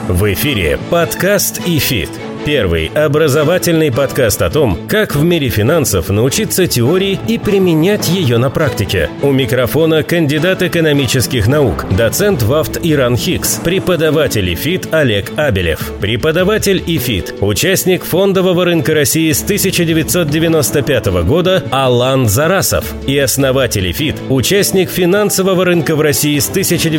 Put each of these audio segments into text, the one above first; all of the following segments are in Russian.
В эфире подкаст «ИФИТ». Первый образовательный подкаст о том, как в мире финансов научиться теории и применять ее на практике. У микрофона кандидат экономических наук, доцент ВАФТ Иран Хикс, преподаватель ИФИТ Олег Абелев. Преподаватель ИФИТ, участник фондового рынка России с 1995 года Алан Зарасов и основатель ИФИТ, участник финансового рынка в России с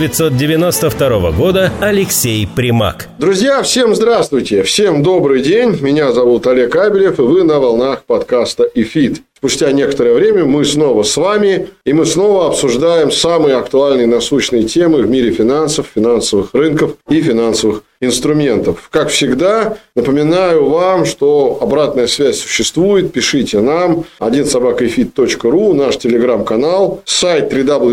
1992 года Алексей Примак. Друзья, всем здравствуйте, всем добрый день. Меня зовут Олег Абелев, и вы на волнах подкаста «ИФИТ». Спустя некоторое время мы снова с вами, и мы снова обсуждаем самые актуальные насущные темы в мире финансов, финансовых рынков и финансовых инструментов. Как всегда, напоминаю вам, что обратная связь существует. Пишите нам 1собакаifit.ru, наш телеграм-канал, сайт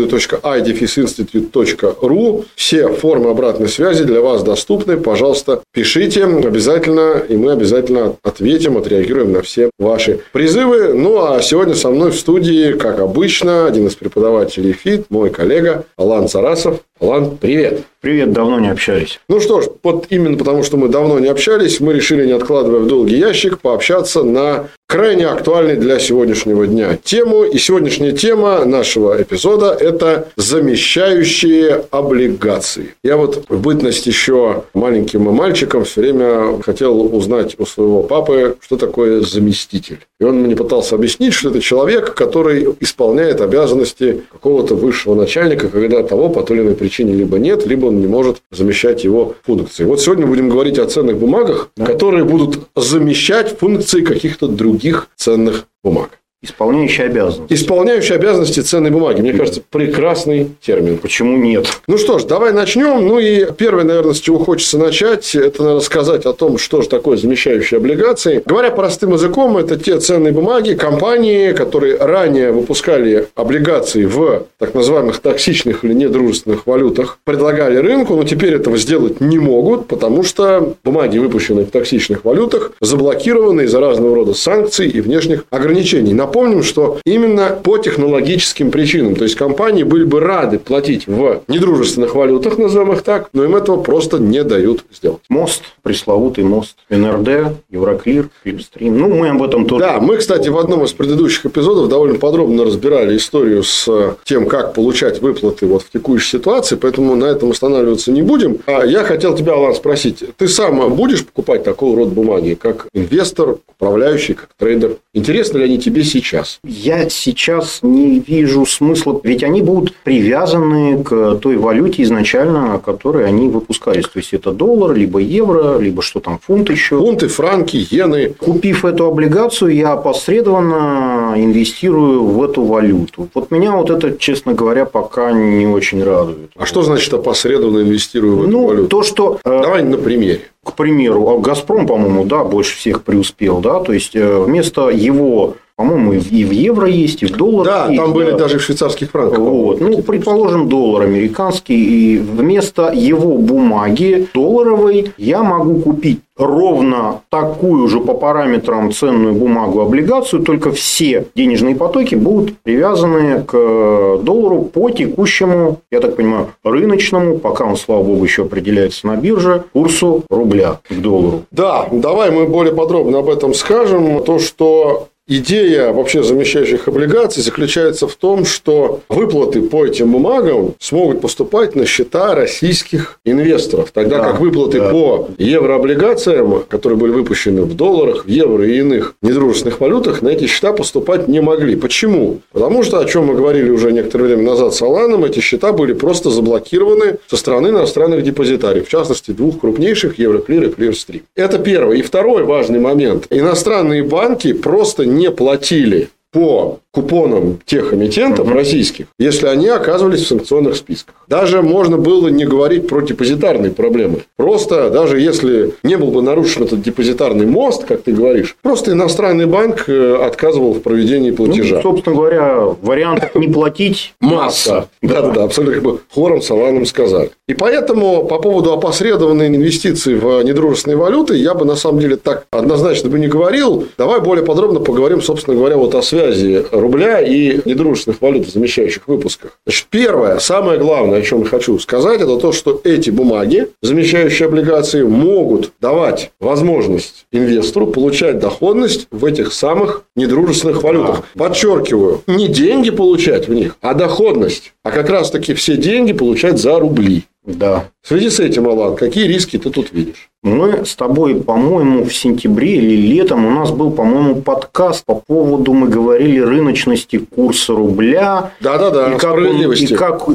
www.idefisinstitute.ru. Все формы обратной связи для вас доступны. Пожалуйста, пишите обязательно, и мы обязательно ответим, отреагируем на все ваши призывы. Ну, а сегодня со мной в студии, как обычно, один из преподавателей ИФИТ, мой коллега Алан Зарасов. Алан, привет. Привет, давно не общались. Ну что ж, вот именно потому, что мы давно не общались, мы решили, не откладывая в долгий ящик, пообщаться на крайне актуальной для сегодняшнего дня тему. И сегодняшняя тема нашего эпизода – это замещающие облигации. Я вот в бытность еще маленьким мальчиком все время хотел узнать у своего папы, что такое заместитель. И он мне пытался объяснить, что это человек, который исполняет обязанности какого-то высшего начальника, когда того по той или иной причине либо нет, либо он не может замещать его функции. Вот сегодня будем говорить о ценных бумагах, которые будут замещать функции каких-то других ценных бумаг. Исполняющие обязанности. Исполняющие обязанности ценной бумаги. Мне кажется, прекрасный термин. Почему нет? Ну что ж, давай начнем. Ну и первое, наверное, с чего хочется начать, это, наверное, сказать о том, что же такое замещающие облигации. Говоря простым языком, это те ценные бумаги, компании, которые ранее выпускали облигации в так называемых токсичных или недружественных валютах, предлагали рынку, но теперь этого сделать не могут, потому что бумаги, выпущенные в токсичных валютах, заблокированы из-за разного рода санкций и внешних ограничений. Напомним, что именно по технологическим причинам, то есть компании были бы рады платить в недружественных валютах, назовем их так, но им этого просто не дают сделать. Мост, пресловутый мост, НРД, Евроклир, Клипстрим. Ну, мы об этом тоже. Да, мы, кстати, в одном из предыдущих эпизодов довольно подробно разбирали историю с тем, как получать выплаты вот в текущей ситуации, поэтому на этом останавливаться не будем. А я хотел тебя, Алан, спросить, ты сам будешь покупать такого рода бумаги, как инвестор, управляющий, как трейдер? Интересны ли они тебе сейчас? Я сейчас не вижу смысла, ведь они будут привязаны к той валюте изначально, которой они выпускались. То есть, это доллар, либо евро, либо что там, фунт еще. Фунты, франки, иены. Купив эту облигацию, я опосредованно инвестирую в эту валюту. Вот меня вот это, честно говоря, пока не очень радует. А что значит опосредованно инвестирую в эту валюту? То, что... Давай на примере. К примеру, «Газпром», по-моему, да, больше всех преуспел, да, то есть, вместо его, по-моему, и в евро есть, и в доллар. Да, есть, там были да. даже в швейцарских франках. Вот. Ну, предположим, доллар американский, и вместо его бумаги долларовой я могу купить ровно такую же по параметрам ценную бумагу, облигацию, только все денежные потоки будут привязаны к доллару по текущему, я так понимаю, рыночному, пока он, слава богу, еще определяется на бирже, курсу рубля к доллару. Да, давай мы более подробно об этом скажем. То, что идея вообще замещающих облигаций заключается в том, что выплаты по этим бумагам смогут поступать на счета российских инвесторов, тогда как выплаты по еврооблигациям, которые были выпущены в долларах, в евро и иных недружественных валютах, на эти счета поступать не могли. Почему? Потому что, о чем мы говорили уже некоторое время назад с Аланом, эти счета были просто заблокированы со стороны иностранных депозитариев, в частности, двух крупнейших, Евроклир и Клирстрим. Это первый. И второй важный момент. Иностранные банки просто не платили по купонам тех эмитентов российских, если они оказывались в санкционных списках. Даже можно было не говорить про депозитарные проблемы. Просто, даже если не был бы нарушен этот депозитарный мост, как ты говоришь, просто иностранный банк отказывал в проведении платежа. Ну, собственно говоря, вариантов не платить масса. Да-да-да, абсолютно, как бы хором с Аланом сказали. И поэтому по поводу опосредованной инвестиции в недружественные валюты я бы на самом деле так однозначно бы не говорил. Давай более подробно поговорим, собственно говоря, вот о связи связи рубля и недружественных валют в замещающих выпусках. Значит, первое, самое главное, о чем я хочу сказать, это то, что эти бумаги, замещающие облигации, могут давать возможность инвестору получать доходность в этих самых недружественных валютах. Подчеркиваю, не деньги получать в них, а доходность. А как раз-таки все деньги получать за рубли. Да. В связи с этим, Алан, какие риски ты тут видишь? Мы с тобой, по-моему, в сентябре или летом у нас был, по-моему, подкаст по поводу, мы говорили, рыночности курса рубля. Да-да-да, справедливости. И как,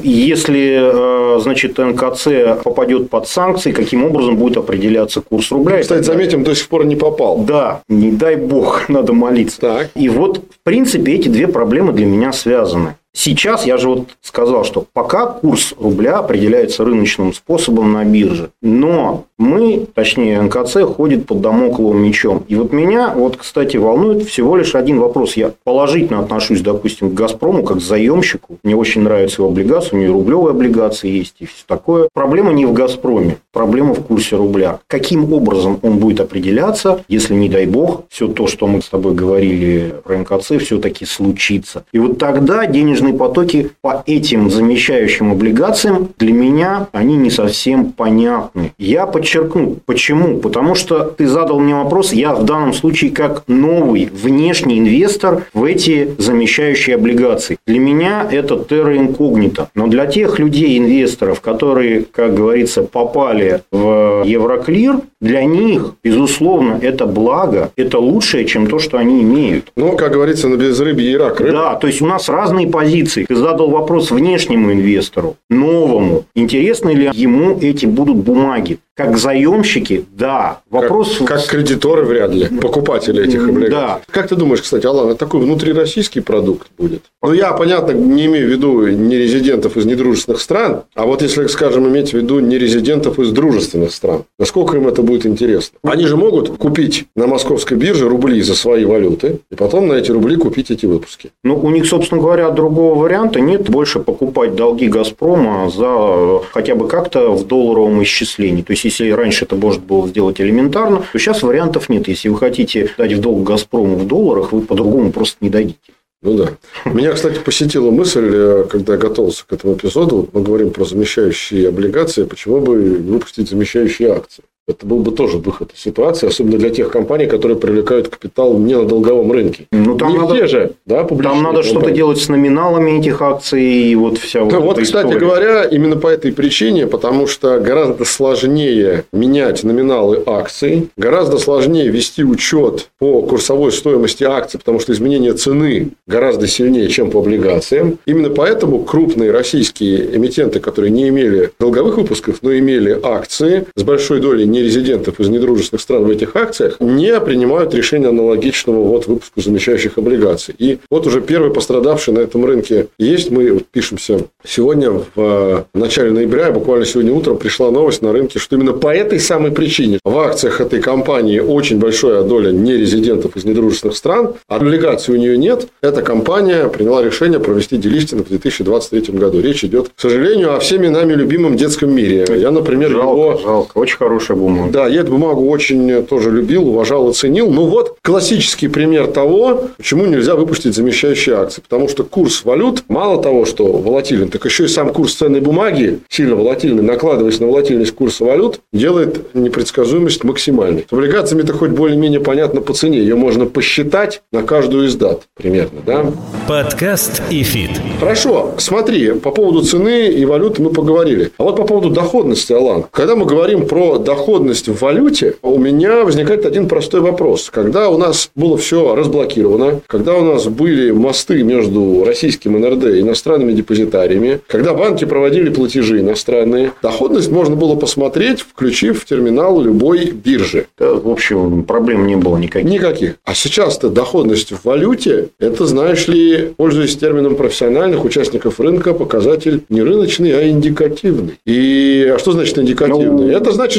если, значит, НКЦ попадет под санкции, каким образом будет определяться курс рубля. Кстати, заметим, до сих пор не попал. Да, не дай бог, надо молиться. Так. И вот, в принципе, эти две проблемы для меня связаны. Сейчас, я же вот сказал, что пока курс рубля определяется рыночным способом на бирже, но мы, точнее НКЦ, ходит под дамокловым мечом. И вот меня, вот, кстати, волнует всего лишь один вопрос. Я положительно отношусь, допустим, к «Газпрому» как к заемщику. Мне очень нравятся его облигации, у него рублевые облигации есть и все такое. Проблема не в «Газпроме», проблема в курсе рубля. Каким образом он будет определяться, если, не дай бог, все то, что мы с тобой говорили про НКЦ, все-таки случится. И вот тогда денежные потоки по этим замещающим облигациям для меня они не совсем понятны. Я подчеркну, почему? Потому что ты задал мне вопрос, я в данном случае как новый внешний инвестор в эти замещающие облигации. Для меня это terra incognita. Но для тех людей, инвесторов, которые, как говорится, попали в Евроклир, для них, безусловно, это благо, это лучшее, чем то, что они имеют. Ну, как говорится, на безрыбье и рак рыба. Да, то есть у нас разные позиции. Ты задал вопрос внешнему инвестору, новому. Интересны ли ему эти будут бумаги? Как заемщики, да. Вопрос... Как кредиторы вряд ли, покупатели этих облигаций. Да. Как ты думаешь, кстати, Алан, это такой внутрироссийский продукт будет? Ну, я, понятно, не имею в виду нерезидентов из недружественных стран, а вот если, скажем, иметь в виду нерезидентов из дружественных стран, насколько им это будет интересно? Они же могут купить на московской бирже рубли за свои валюты, и потом на эти рубли купить эти выпуски. Ну, у них, собственно говоря, другого варианта нет. Больше покупать долги «Газпрома» за хотя бы как-то в долларовом исчислении. То есть, если раньше это можно было сделать элементарно, то сейчас вариантов нет. Если вы хотите дать в долг «Газпрому» в долларах, вы по-другому просто не дадите. Ну да. Меня, кстати, посетила мысль, когда я готовился к этому эпизоду, вот мы говорим про замещающие облигации, почему бы выпустить замещающие акции? Это был бы тоже выход из ситуации, особенно для тех компаний, которые привлекают капитал не на долговом рынке. Ну, там не надо, те же, да, публичные там надо компании. Что-то делать с номиналами этих акций и вот вся да, вот эта кстати история. говоря, именно по этой причине, потому что гораздо сложнее менять номиналы акций, гораздо сложнее вести учет по курсовой стоимости акций, потому что изменение цены гораздо сильнее, чем по облигациям. Именно поэтому крупные российские эмитенты, которые не имели долговых выпусков, но имели акции с большой долей нерезидентов из недружественных стран в этих акциях, не принимают решения аналогичного вот выпуску замещающих облигаций. И вот уже первый пострадавший на этом рынке есть. Мы пишемся сегодня в начале ноября, буквально сегодня утром пришла новость на рынке, что именно по этой самой причине в акциях этой компании очень большая доля нерезидентов из недружественных стран, облигаций у нее нет. Эта компания приняла решение провести делистинг в 2023 году. Речь идет, к сожалению, о всеми нами любимом детском мире. Я, например, жалко. Очень хорошая бумага. Да, я эту бумагу очень тоже любил, уважал и ценил. Ну, вот классический пример того, почему нельзя выпустить замещающие акции. Потому что курс валют, мало того, что волатилен, так еще и сам курс ценной бумаги, сильно волатильный, накладываясь на волатильность курса валют, делает непредсказуемость максимальной. С облигациями-то хоть более-менее понятно по цене. Ее можно посчитать на каждую из дат примерно. Да? Подкаст «ИФИТ». Хорошо, смотри, по поводу цены и валюты мы поговорили. А вот по поводу доходности, Алан. Когда мы говорим про доходность в валюте, у меня возникает один простой вопрос. Когда у нас было все разблокировано, когда у нас были мосты между российским НРД и иностранными депозитариями, когда банки проводили платежи иностранные, доходность можно было посмотреть, включив в терминал любой биржи. Да, в общем, проблем не было никаких. Никаких. А сейчас-то доходность в валюте, это, знаешь ли, пользуясь термином профессиональных участников рынка, показатель не рыночный, а индикативный. И что значит индикативный? Это значит, что мы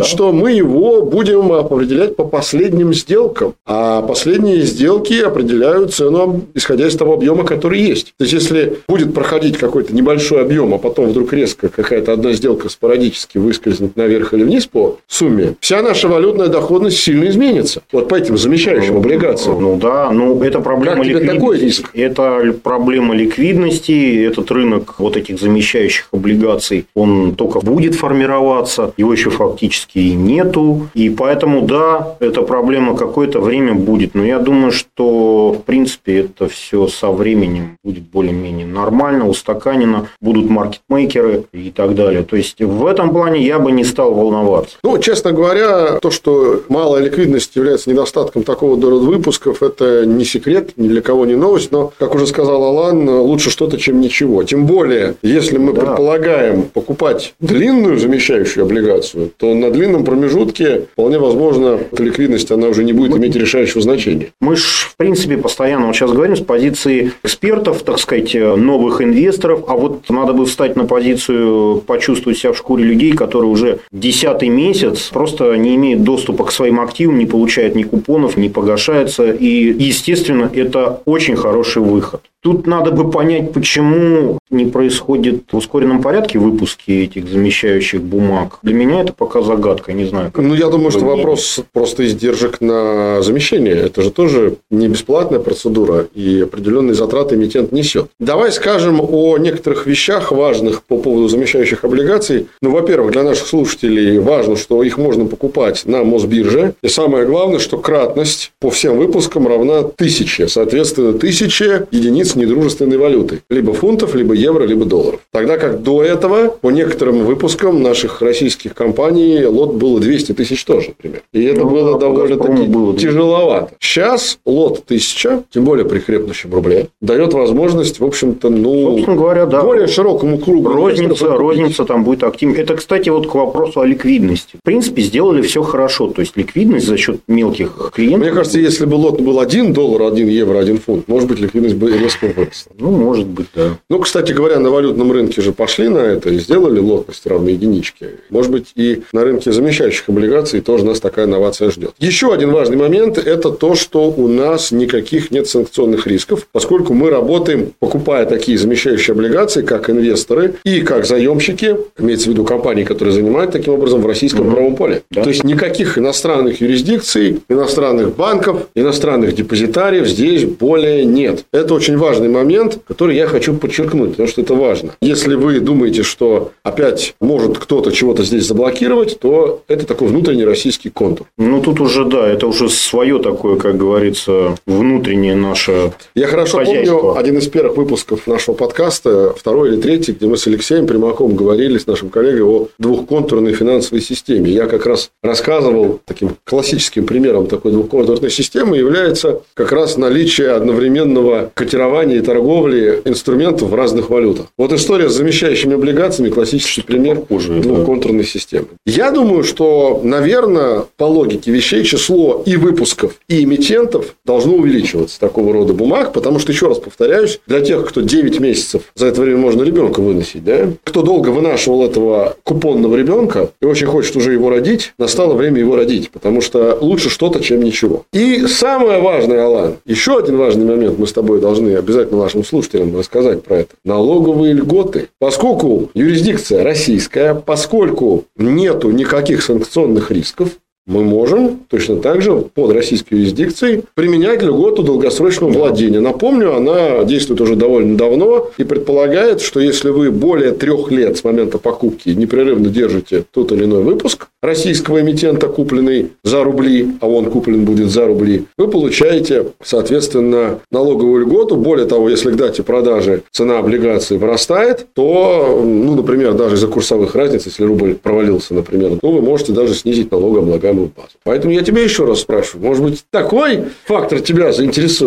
мы его будем определять по последним сделкам. А последние сделки определяют цену, исходя из того объема, который есть. То есть, если будет проходить какой-то небольшой объем, а потом вдруг резко какая-то одна сделка спорадически выскользнет наверх или вниз по сумме, вся наша валютная доходность сильно изменится. Вот по этим замещающим облигациям. Ну да, это проблема ликвидности. Такой риск? Это проблема ликвидности. Этот рынок вот этих замещающих облигаций, он только будет формироваться, его еще фактически и нету. И поэтому, да, эта проблема какое-то время будет. Но я думаю, что в принципе это все со временем будет более-менее нормально, устаканено, будут маркетмейкеры и так далее. То есть в этом плане я бы не стал волноваться. Честно говоря, то, что малая ликвидность является недостатком такого рода выпусков, это не секрет, ни для кого не новость, но, как уже сказал Алан, лучше что-то, чем ничего. Тем более, если мы предполагаем покупать длинную замещающую облигацию, то на длинном промежутке вполне возможно, эта ликвидность она уже не будет иметь решающего значения. Мы же, в принципе, постоянно сейчас говорим с позиции экспертов, так сказать, новых инвесторов, а вот надо бы встать на позицию, почувствовать себя в шкуре людей, которые уже 10-й месяц просто не имеют доступа к своим активам, не получают ни купонов, не погашаются. И, естественно, это очень хороший выход. Тут надо бы понять, почему не происходит в ускоренном порядке выпуски этих замещающих бумаг. Для меня это пока загадка, не знаю. Я думаю, что вопрос просто издержек на замещение. Это же тоже не бесплатная процедура, и определенные затраты эмитент несет. Давай скажем о некоторых вещах важных по поводу замещающих облигаций. Во-первых, для наших слушателей важно, что их можно покупать на Мосбирже. И самое главное, что кратность по всем выпускам равна 1000. Соответственно, 1000 единиц недружественной валюты. Либо фунтов, либо евро, либо долларов. Тогда как до этого по некоторым выпускам наших российских компаний лот было 200 тысяч тоже, например. И это было довольно-таки тяжеловато. Сейчас лот 1000, тем более при крепнущем рубле, дает возможность, в общем-то, собственно говоря, да, более широкому кругу. Розница там будет активнее. Это, кстати, вот к вопросу о ликвидности. В принципе, сделали все хорошо. То есть, ликвидность за счет мелких клиентов. Мне кажется, если бы лот был $1, $1 евро, 1 фунт, может быть, ликвидность бы резко выросла. Может быть, да. Кстати говоря, на валютном рынке же пошли на это и сделали лотность равной единичке. Может быть, и на рынке замещающих облигаций тоже нас такая новация ждет. Еще один важный момент – это то, что у нас никаких нет санкционных рисков, поскольку мы работаем, покупая такие замещающие облигации, как инвесторы и как заемщики, имеется в виду компании, которые занимают таким образом в российском правовом поле. Да. То есть, никаких иностранных юрисдикций, иностранных банков, иностранных депозитариев здесь более нет. Это очень важный момент, который я хочу подчеркнуть, потому что это важно. Если вы думаете, что опять может кто-то чего-то здесь заблокировать, то это такой внутренний российский контур. Тут уже, да, это уже свое такое, как говорится, внутреннее наше Я хорошо помню один из первых выпусков нашего подкаста, 2-й или 3-й, где мы с Алексеем Примаком говорили с нашим коллегой о двухконтурной финансовой системе. Я как раз рассказывал, таким классическим примером такой двухконтурной системы является как раз наличие одновременного котирования и торговли инструментов в разных валютах. Вот история с замещающими облигациями – классический пример двухконтурной системы. Я думаю, что, наверное, по логике вещей число и выпусков, и эмитентов должно увеличиваться такого рода бумаг, потому что, еще раз повторяюсь, для тех, кто 9 месяцев, за это время можно ребенка выносить, да? Кто долго вынашивал этого купонного ребенка и очень хочет уже его родить, настало время его родить, потому что лучше что-то, чем ничего. И самое важное, Алан, еще один важный момент мы с тобой должны обязательно нашим слушателям рассказать про это. Налоговые льготы. Поскольку юрисдикция российская, поскольку нету никаких санкционных рисков, мы можем точно так же под российской юрисдикцией применять льготу долгосрочного владения. Напомню, она действует уже довольно давно и предполагает, что если вы более 3 лет с момента покупки непрерывно держите тот или иной выпуск российского эмитента, купленный за рубли, а он куплен будет за рубли, вы получаете, соответственно, налоговую льготу. Более того, если к дате продажи цена облигаций вырастает, то, например, даже из-за курсовых разниц, если рубль провалился, например, то вы можете даже снизить налогооблагаемую базу. Поэтому я тебя еще раз спрашиваю, может быть, такой фактор тебя заинтересует?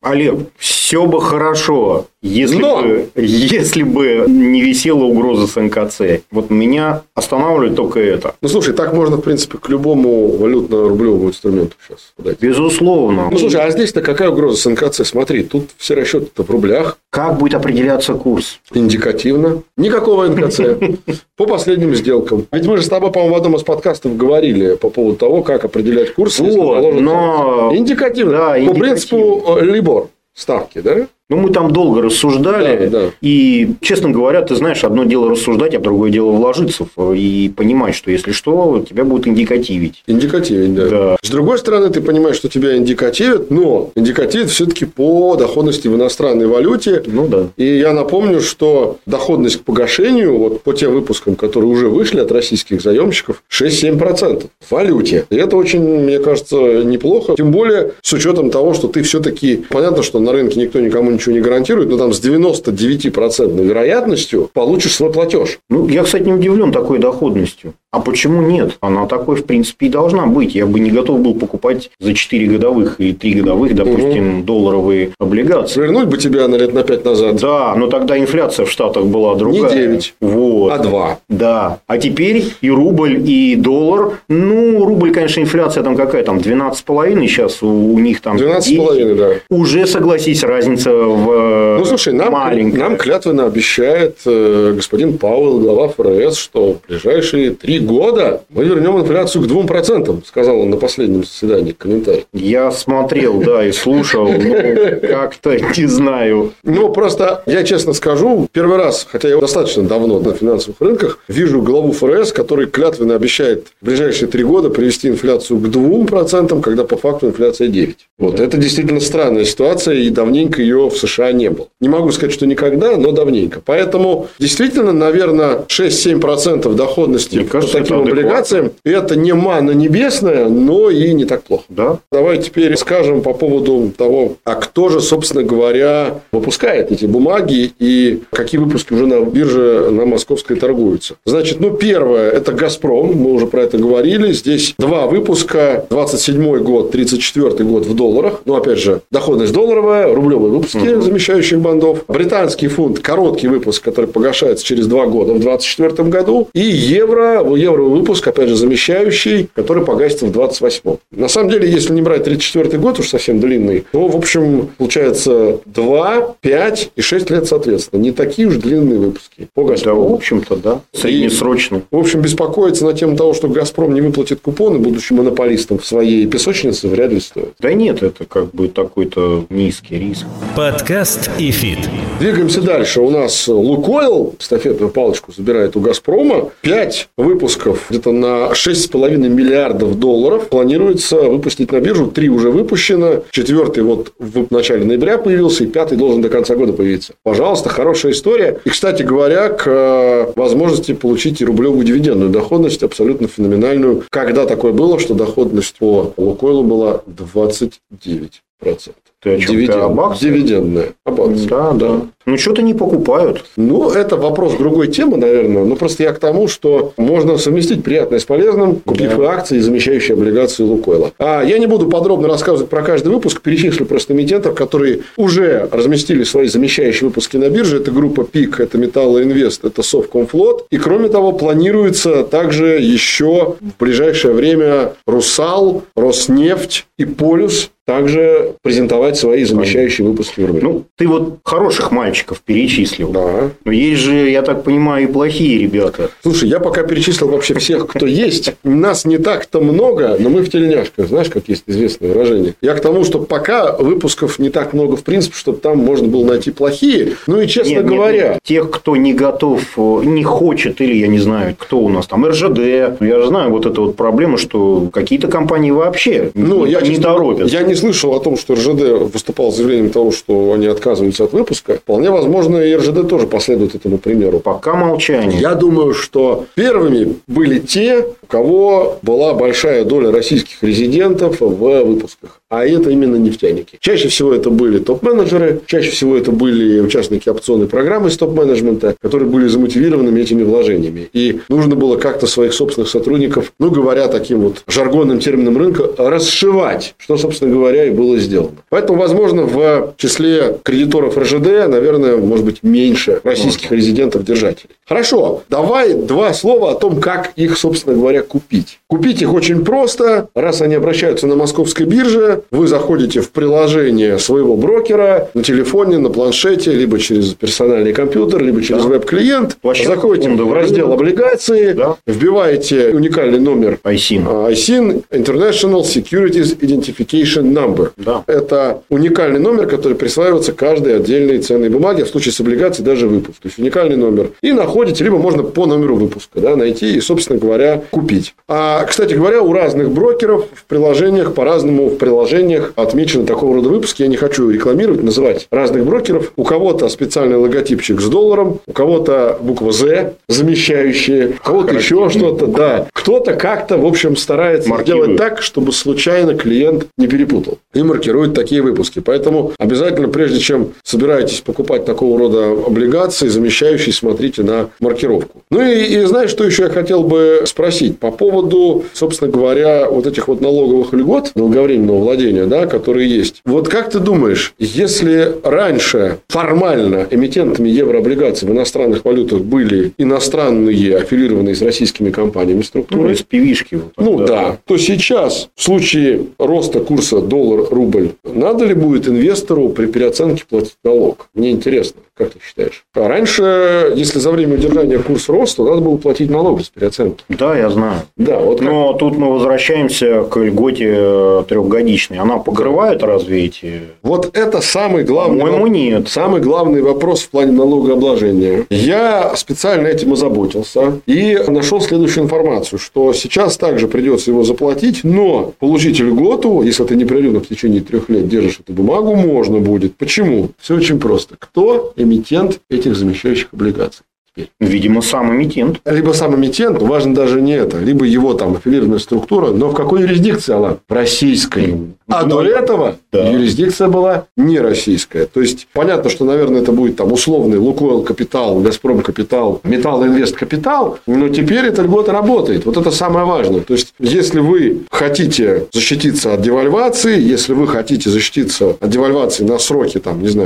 Олег, все бы хорошо, если бы не висела угроза с НКЦ. Вот меня останавливает только это. Ну, слушай, так можно, в принципе, к любому валютно-рублевому инструменту сейчас подать. Безусловно. Ну, слушай, а здесь-то какая угроза с НКЦ? Смотри, тут все расчеты-то в рублях. Как будет определяться курс? Индикативно. Никакого НКЦ. По последним сделкам. Ведь мы же с тобой, по-моему, в одном из подкастов говорили по поводу того, как определять курс. Индикативно. Да, по принципу Либор ставки, да? Ну, мы там долго рассуждали. Да. И, честно говоря, ты знаешь, одно дело рассуждать, а другое дело вложиться и понимать, что если что, тебя будут индикативить. Индикативить, да. С другой стороны, ты понимаешь, что тебя индикативят, но индикативят все-таки по доходности в иностранной валюте. Ну да. И я напомню, что доходность к погашению, вот по тем выпускам, которые уже вышли от российских заемщиков, 6-7% в валюте. И это очень, мне кажется, неплохо. Тем более, с учетом того, что ты все-таки, понятно, что на рынке никто никому ничего не гарантирует, но там с 99% вероятностью получишь свой платеж. Ну, я, кстати, не удивлен такой доходностью. А почему нет? Она такой, в принципе, и должна быть. Я бы не готов был покупать за 4 годовых или 3 годовых, допустим, долларовые облигации. Вернуть бы тебя на лет на 5 назад. Да, но тогда инфляция в Штатах была другая. Не 9, вот. а 2. Да. А теперь и рубль, и доллар. Ну, рубль, конечно, инфляция там какая там, 12,5 сейчас у них там. 12,5, да. Уже, согласись, разница в Ну, слушай, нам клятвенно обещает господин Пауэлл, глава ФРС, что в ближайшие 3 года мы вернем инфляцию к 2%, сказал он на последнем заседании, комментарий. Я смотрел, да, и слушал, но как-то не знаю. Ну, просто я честно скажу, первый раз, хотя я достаточно давно на финансовых рынках, вижу главу ФРС, который клятвенно обещает в ближайшие 3 года привести инфляцию к 2%, когда по факту инфляция 9%. Вот. Это действительно странная ситуация, и давненько ее в США не было. Не могу сказать, что никогда, но давненько. Поэтому, действительно, наверное, 6-7% доходности по таким облигациям – это не манна небесная, но и не так плохо. Да. Давай теперь скажем по поводу того, а кто же, собственно говоря, выпускает эти бумаги и какие выпуски уже на бирже на московской торгуются. Значит, первое – это «Газпром», мы уже про это говорили. Здесь 2 выпуска, 27 год, 34 год в долларах. Но, опять же, доходность долларовая, рублевые выпуски замещающих бандов. Британский фунт, короткий выпуск, который погашается через 2 года в 2024 году. И евровый выпуск, опять же, замещающий, который погасится в 2028. На самом деле, если не брать 34 год, уж совсем длинный, то, в общем, получается 2, 5 и 6 лет, соответственно. Не такие уж длинные выпуски по «Газпрому». Да, в общем-то, да. Среднесрочно. В общем, беспокоиться на тему того, что «Газпром» не выплатит купоны будущим монополистам в своей песочнице, вряд ли стоит. Да нет, это как бы такой-то низкий риск. Подкаст «ИФИТ». Двигаемся дальше. У нас «Лукойл» эстафетную палочку забирает у «Газпрома». 5 выпусков где-то на 6,5 миллиардов долларов планируется выпустить на биржу. 3 уже выпущено. 4-й вот в начале ноября появился. И 5-й должен до конца года появиться. Пожалуйста, хорошая история. И, кстати говоря, к возможности получить и рублевую дивидендную доходность абсолютно феноменальную. Когда такое было, что доходность по «Лукойлу» была 29%. Ты о чем? Дивидендная. Да. Ну, что-то не покупают. Ну, это вопрос другой темы, наверное. Но просто я к тому, что можно совместить приятное с полезным, купив акции, замещающие облигации «Лукойла». Я не буду подробно рассказывать про каждый выпуск. Перечислю просто эмитентов, которые уже разместили свои замещающие выпуски на бирже. Это группа ПИК, это Металлоинвест, это Совкомфлот. И, кроме того, планируется также еще в ближайшее время «Русал», «Роснефть» и «Полюс» также презентовать свои замещающие выпуски в рубле. Ну, ты вот хороших мальчиков перечислил. Да. Но есть же, я так понимаю, и плохие ребята. Слушай, я пока перечислил вообще всех, кто есть. Нас не так-то много, но мы в тельняшках. Знаешь, как есть известное выражение. Я к тому, что пока выпусков не так много, в принципе, чтобы там можно было найти плохие. Ну, и, честно говоря... Тех, кто не готов, не хочет, или, я не знаю, кто у нас там, РЖД. Я же знаю вот эту вот проблему, что какие-то компании вообще не торопят. Я не слышал о том, что РЖД выступал с заявлением того, что они отказываются от выпуска. Вполне вполне возможно, и РЖД тоже последует этому примеру. Пока молчание. Я думаю, что первыми были те, у кого была большая доля российских резидентов в выпусках. А это именно нефтяники. Чаще всего это были топ-менеджеры, чаще всего это были участники опционной программы из топ-менеджмента, которые были замотивированы этими вложениями. И нужно было как-то своих собственных сотрудников, говоря таким вот жаргонным термином рынка, расшивать, что, собственно говоря, и было сделано. Поэтому, возможно, в числе кредиторов РЖД, наверное, может быть, меньше российских резидентов-держателей. Хорошо, давай два слова о том, как их, собственно говоря, купить. Купить их очень просто. Раз они обращаются на московской бирже, вы заходите в приложение своего брокера на телефоне, на планшете, либо через персональный компьютер, либо через веб-клиент. Заходите в раздел облигации, вбиваете уникальный номер ISIN, International Securities Identification Number. Это уникальный номер, который присваивается каждой отдельной ценной бумаге, в случае с облигацией даже выпуск. То есть уникальный номер. И находите, либо можно по номеру выпуска найти и, собственно говоря, купить. Кстати говоря, у разных брокеров в приложениях по-разному в приложениях отмечены такого рода выпуски. Я не хочу рекламировать, называть разных брокеров. У кого-то специальный логотипчик с долларом, у кого-то буква «З» замещающая, у кого-то еще что-то. Да. Кто-то как-то, в общем, старается сделать так, чтобы случайно клиент не перепутал. И маркирует такие выпуски. Поэтому обязательно, прежде чем собираетесь покупать такого рода облигации, замещающие, смотрите на маркировку. И знаешь, что еще я хотел бы спросить по поводу, собственно говоря, вот этих вот налоговых льгот долговременного владения, которые есть. Вот как ты думаешь, если раньше формально эмитентами еврооблигаций в иностранных валютах были иностранные, аффилированные с российскими компаниями структуры, SPV-шки, то сейчас в случае роста курса доллар-рубль надо ли будет инвестору при переоценке платить налог? Мне интересно, как ты считаешь? А раньше, если за время удержания курс рос, то надо было платить налог с переоценки. Да, я знаю. Да, Но тут мы возвращаемся к льготе трехгодичной. Она покрывает разве эти? Вот это самый главный. По-моему, нет. Самый главный вопрос в плане налогообложения. Я специально этим озаботился и нашел следующую информацию, что сейчас также придется его заплатить, но получить льготу, если ты непрерывно в течение 3 лет держишь эту бумагу, можно будет. Почему? Все очень просто. Кто эмитент этих замещающих облигаций? Видимо, сам эмитент. Либо сам эмитент, но важно даже не это. Либо его аффилированная структура. Но в какой юрисдикции она? Российской. А до этого юрисдикция была не российская. То есть, понятно, что, наверное, это будет условный Лукойл Капитал, Газпром Капитал, Металл Инвест Капитал. Но теперь эта льгота работает. Вот это самое важное. То есть, если вы хотите защититься от девальвации, если вы хотите защититься от девальвации на сроки,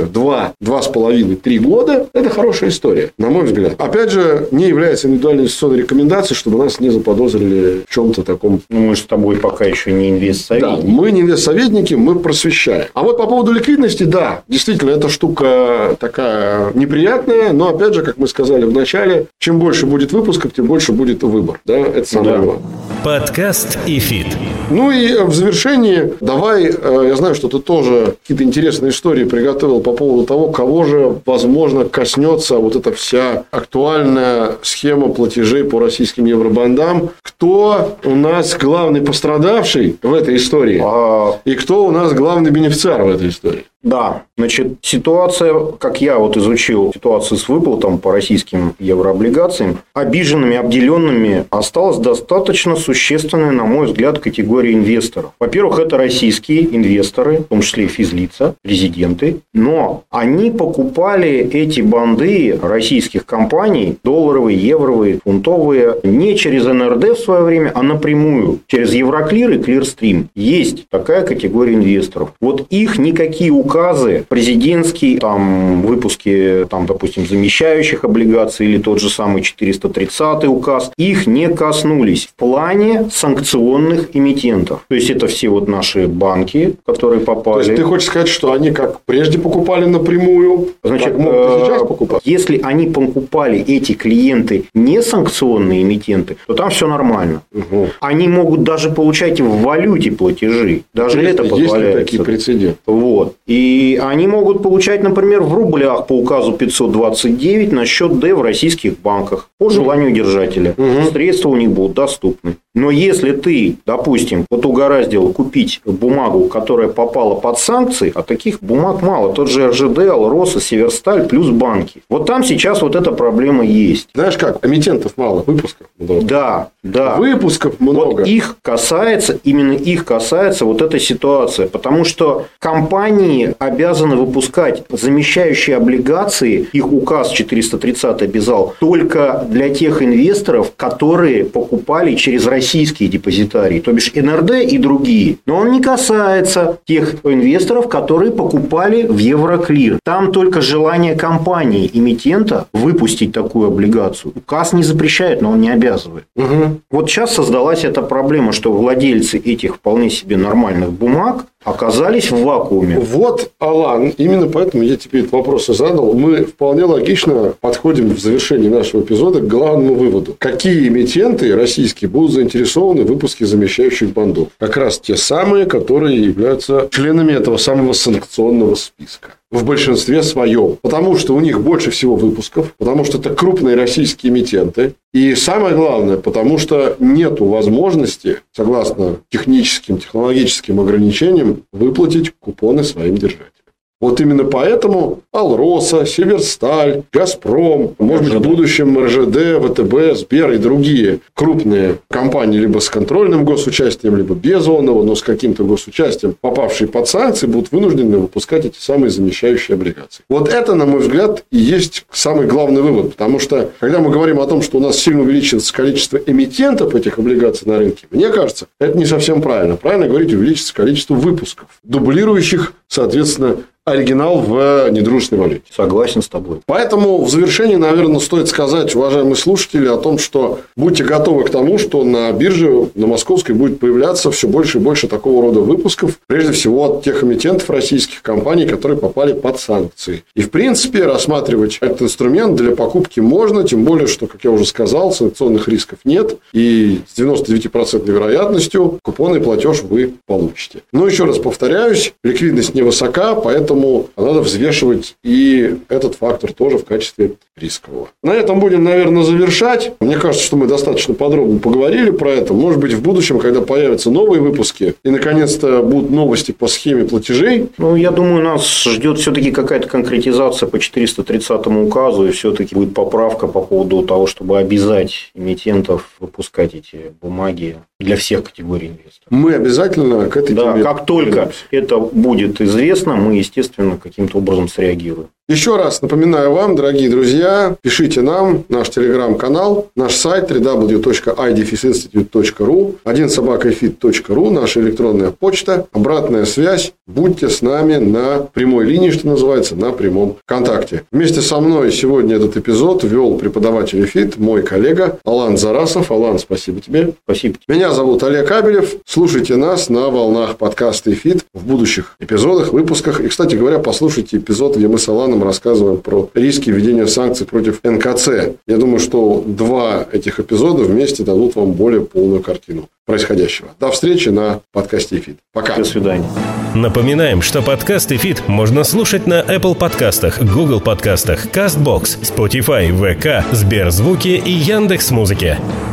2,5-3 года, это хорошая история, на мой взгляд. Опять же, не является индивидуальной инвестиционной рекомендацией, чтобы нас не заподозрили в чем-то таком. Мы с тобой пока еще не инвестсоветники. Да, мы не инвестсоветники, мы просвещаем. А вот по поводу ликвидности, да, действительно, эта штука такая неприятная, но, опять же, как мы сказали в начале, чем больше будет выпусков, тем больше будет выбор. Да, это самое главное. Подкаст «ИФИТ». И в завершении давай, я знаю, что ты тоже какие-то интересные истории приготовил по поводу того, кого же, возможно, коснется вот эта вся актуальная схема платежей по российским евробандам. Кто у нас главный пострадавший в этой истории? И кто у нас главный бенефициар в этой истории? Да, ситуация, как я изучил ситуацию с выплатом по российским еврооблигациям, обиженными, обделенными осталась достаточно существенная, на мой взгляд, категория инвесторов. Во-первых, это российские инвесторы, в том числе и физлица, резиденты, но они покупали эти банды российских компаний, долларовые, евровые, фунтовые, не через НРД в свое время, а напрямую, через Евроклир и Клирстрим. Есть такая категория инвесторов. Вот их никакие указы, президентские, выпуски, допустим, замещающих облигаций или тот же самый 430 указ, их не коснулись в плане санкционных эмитентов. То есть, это все наши банки, которые попали. То есть, ты хочешь сказать, что они как прежде покупали напрямую, значит, могут сейчас покупать? Если они покупали эти клиенты не санкционные эмитенты, то там все нормально. Угу. Они могут даже получать в валюте платежи. Даже это позволяется. Есть такие прецеденты. Вот. И они могут получать, например, в рублях по указу 529 на счет Д в российских банках по желанию держателя. Средства у них будут доступны. Но если ты, допустим, вот угораздило купить бумагу, которая попала под санкции, а таких бумаг мало, тот же РЖД, Алроса, Северсталь плюс банки. Вот там сейчас вот эта проблема есть. Знаешь как, эмитентов мало, выпусков много. Да. Выпусков много. Вот именно их касается вот эта ситуация, потому что компании обязаны выпускать замещающие облигации, их указ 430 обязал, только для тех инвесторов, которые покупали через российские депозитарии, то бишь НРД и другие. Но он не касается тех инвесторов, которые покупали в Евроклир. Там только желание компании, эмитента, выпустить такую облигацию. Указ не запрещает, но он не обязывает. Вот сейчас создалась эта проблема, что владельцы этих вполне себе нормальных бумаг оказались в вакууме. Вот, Алан, именно поэтому я тебе этот вопрос и задал. Мы вполне логично подходим в завершении нашего эпизода к главному выводу. Какие эмитенты российские будут заинтересованы в выпуске замещающих бондов? Как раз те самые, которые являются членами этого самого санкционного списка. В большинстве своем. Потому что у них больше всего выпусков, потому что это крупные российские эмитенты. И самое главное, потому что нет возможности, согласно технологическим ограничениям, выплатить купоны своим держателям. Вот именно поэтому Алроса, Северсталь, Газпром, может быть, в будущем РЖД, ВТБ, Сбер и другие крупные компании либо с контрольным госучастием, либо без оного, но с каким-то госучастием, попавшие под санкции, будут вынуждены выпускать эти самые замещающие облигации. Вот это, на мой взгляд, и есть самый главный вывод. Потому что, когда мы говорим о том, что у нас сильно увеличится количество эмитентов этих облигаций на рынке, мне кажется, это не совсем правильно. Правильно говорить, увеличится количество выпусков, дублирующих, соответственно, оригинал в недружественной валюте. Согласен с тобой. Поэтому в завершении, наверное, стоит сказать, уважаемые слушатели, о том, что будьте готовы к тому, что на бирже, на московской, будет появляться все больше и больше такого рода выпусков, прежде всего от тех эмитентов российских компаний, которые попали под санкции. И, в принципе, рассматривать этот инструмент для покупки можно, тем более, что, как я уже сказал, санкционных рисков нет, и с 99% вероятностью купонный платеж вы получите. Но, еще раз повторяюсь, ликвидность невысока, поэтому надо взвешивать и этот фактор тоже в качестве рискового. На этом будем, наверное, завершать. Мне кажется, что мы достаточно подробно поговорили про это. Может быть, в будущем, когда появятся новые выпуски и, наконец-то, будут новости по схеме платежей. Я думаю, нас ждет все-таки какая-то конкретизация по 430 указу, и все-таки будет поправка по поводу того, чтобы обязать эмитентов выпускать эти бумаги для всех категорий инвесторов. Мы обязательно к этой теме... как только это будет известно, мы, естественно, каким-то образом среагируем. Еще раз напоминаю вам, дорогие друзья, пишите нам, наш телеграм-канал, наш сайт www.idfisinstitute.ru, 1собакаэфит.ру, наша электронная почта, обратная связь. Будьте с нами на прямой линии, что называется, на прямом контакте. Вместе со мной сегодня этот эпизод вел преподаватель ЭФИТ, мой коллега Алан Зарасов. Алан, спасибо тебе. Спасибо. Меня зовут Олег Абелев. Слушайте нас на волнах подкаста ЭФИТ в будущих эпизодах, выпусках. И, кстати говоря, послушайте эпизод, где мы с Аланом рассказываем про риски введения санкций против НКЦ. Я думаю, что 2 этих эпизода вместе дадут вам более полную картину происходящего. До встречи на подкасте ЭФИТ. Пока. До свидания. Напоминаем, что подкаст ЭФИТ можно слушать на Apple подкастах, Google подкастах, CastBox, Spotify, ВК, Сберзвуки и Яндекс.Музыке.